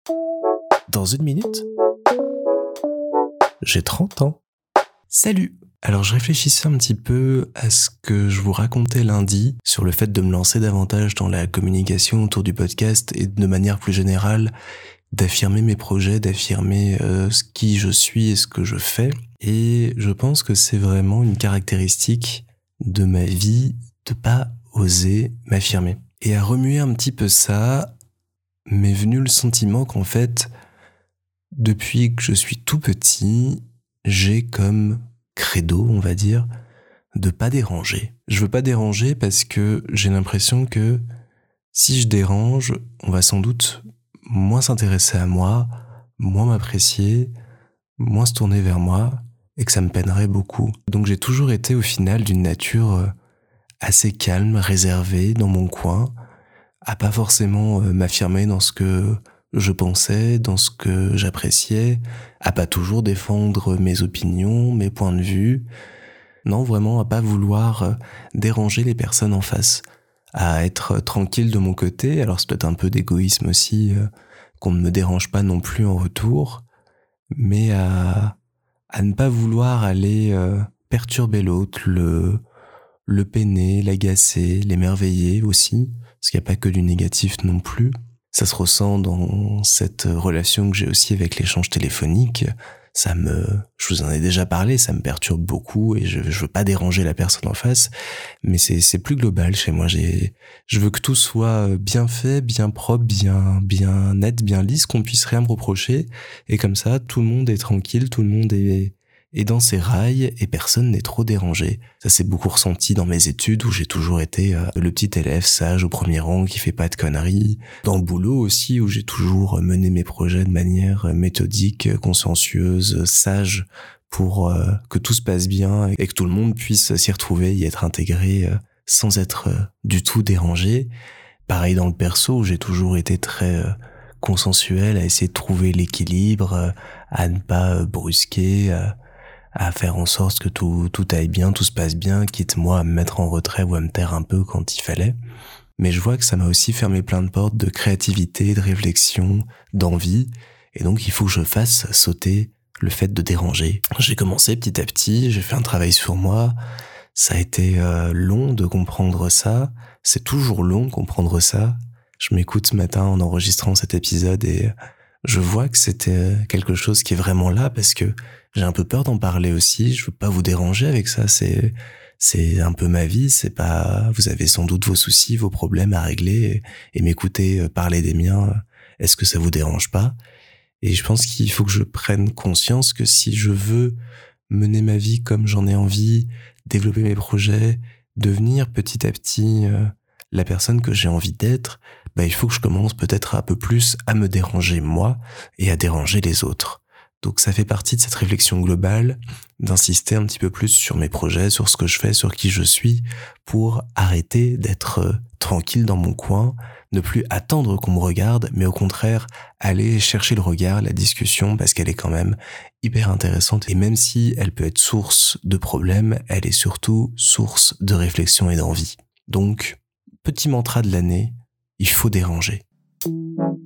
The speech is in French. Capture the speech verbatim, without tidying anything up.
Dans une minute, j'ai trente ans. Salut! Alors je réfléchissais un petit peu à ce que je vous racontais lundi sur le fait de me lancer davantage dans la communication autour du podcast et de manière plus générale d'affirmer mes projets, d'affirmer euh, ce qui je suis et ce que je fais. Et je pense que c'est vraiment une caractéristique de ma vie de pas oser m'affirmer. Et à remuer un petit peu ça, m'est venu le sentiment qu'en fait, depuis que je suis tout petit, j'ai comme credo, on va dire, de pas déranger. Je veux pas déranger parce que j'ai l'impression que si je dérange, on va sans doute moins s'intéresser à moi, moins m'apprécier, moins se tourner vers moi, et que ça me peinerait beaucoup. Donc j'ai toujours été au final d'une nature assez calme, réservée dans mon coin, à pas forcément m'affirmer dans ce que je pensais, dans ce que j'appréciais, à pas toujours défendre mes opinions, mes points de vue. Non, vraiment à pas vouloir déranger les personnes en face, à être tranquille de mon côté. Alors c'est peut-être un peu d'égoïsme aussi, euh, qu'on ne me dérange pas non plus en retour, mais à, à ne pas vouloir aller euh, perturber l'autre, le, le peiner, l'agacer, l'émerveiller aussi, parce qu'il n'y a pas que du négatif non plus. Ça se ressent dans cette relation que j'ai aussi avec l'échange téléphonique. Ça me, je vous en ai déjà parlé, ça me perturbe beaucoup et je, je veux pas déranger la personne en face. Mais c'est, c'est plus global chez moi. J'ai, je veux que tout soit bien fait, bien propre, bien, bien net, bien lisse, qu'on puisse rien me reprocher. Et comme ça, tout le monde est tranquille, tout le monde est, est dans ses rails et personne n'est trop dérangé. Ça s'est beaucoup ressenti dans mes études où j'ai toujours été euh, le petit élève sage au premier rang qui fait pas de conneries. Dans le boulot aussi où j'ai toujours mené mes projets de manière méthodique, consciencieuse, sage pour euh, que tout se passe bien et que tout le monde puisse s'y retrouver, y être intégré euh, sans être euh, du tout dérangé. Pareil dans le perso où j'ai toujours été très euh, consensuel à essayer de trouver l'équilibre, euh, à ne pas euh, brusquer, euh, à faire en sorte que tout, tout aille bien, tout se passe bien, quitte moi à me mettre en retrait ou à me taire un peu quand il fallait. Mais je vois que ça m'a aussi fermé plein de portes de créativité, de réflexion, d'envie, et donc il faut que je fasse sauter le fait de déranger. J'ai commencé petit à petit, j'ai fait un travail sur moi, ça a été euh, long de comprendre ça, c'est toujours long de comprendre ça. Je m'écoute ce matin en enregistrant cet épisode et je vois que c'était quelque chose qui est vraiment là parce que j'ai un peu peur d'en parler aussi, je veux pas vous déranger avec ça, c'est c'est un peu ma vie, c'est pas, vous avez sans doute vos soucis, vos problèmes à régler et, et m'écouter parler des miens, est-ce que ça vous dérange pas? Et je pense qu'il faut que je prenne conscience que si je veux mener ma vie comme j'en ai envie, développer mes projets, devenir petit à petit euh, la personne que j'ai envie d'être, bah il faut que je commence peut-être un peu plus à me déranger moi et à déranger les autres. Donc ça fait partie de cette réflexion globale d'insister un petit peu plus sur mes projets, sur ce que je fais, sur qui je suis, pour arrêter d'être euh, tranquille dans mon coin, ne plus attendre qu'on me regarde, mais au contraire aller chercher le regard, la discussion, parce qu'elle est quand même hyper intéressante. Et même si elle peut être source de problèmes, elle est surtout source de réflexion et d'envie. Donc, petit mantra de l'année, il faut déranger.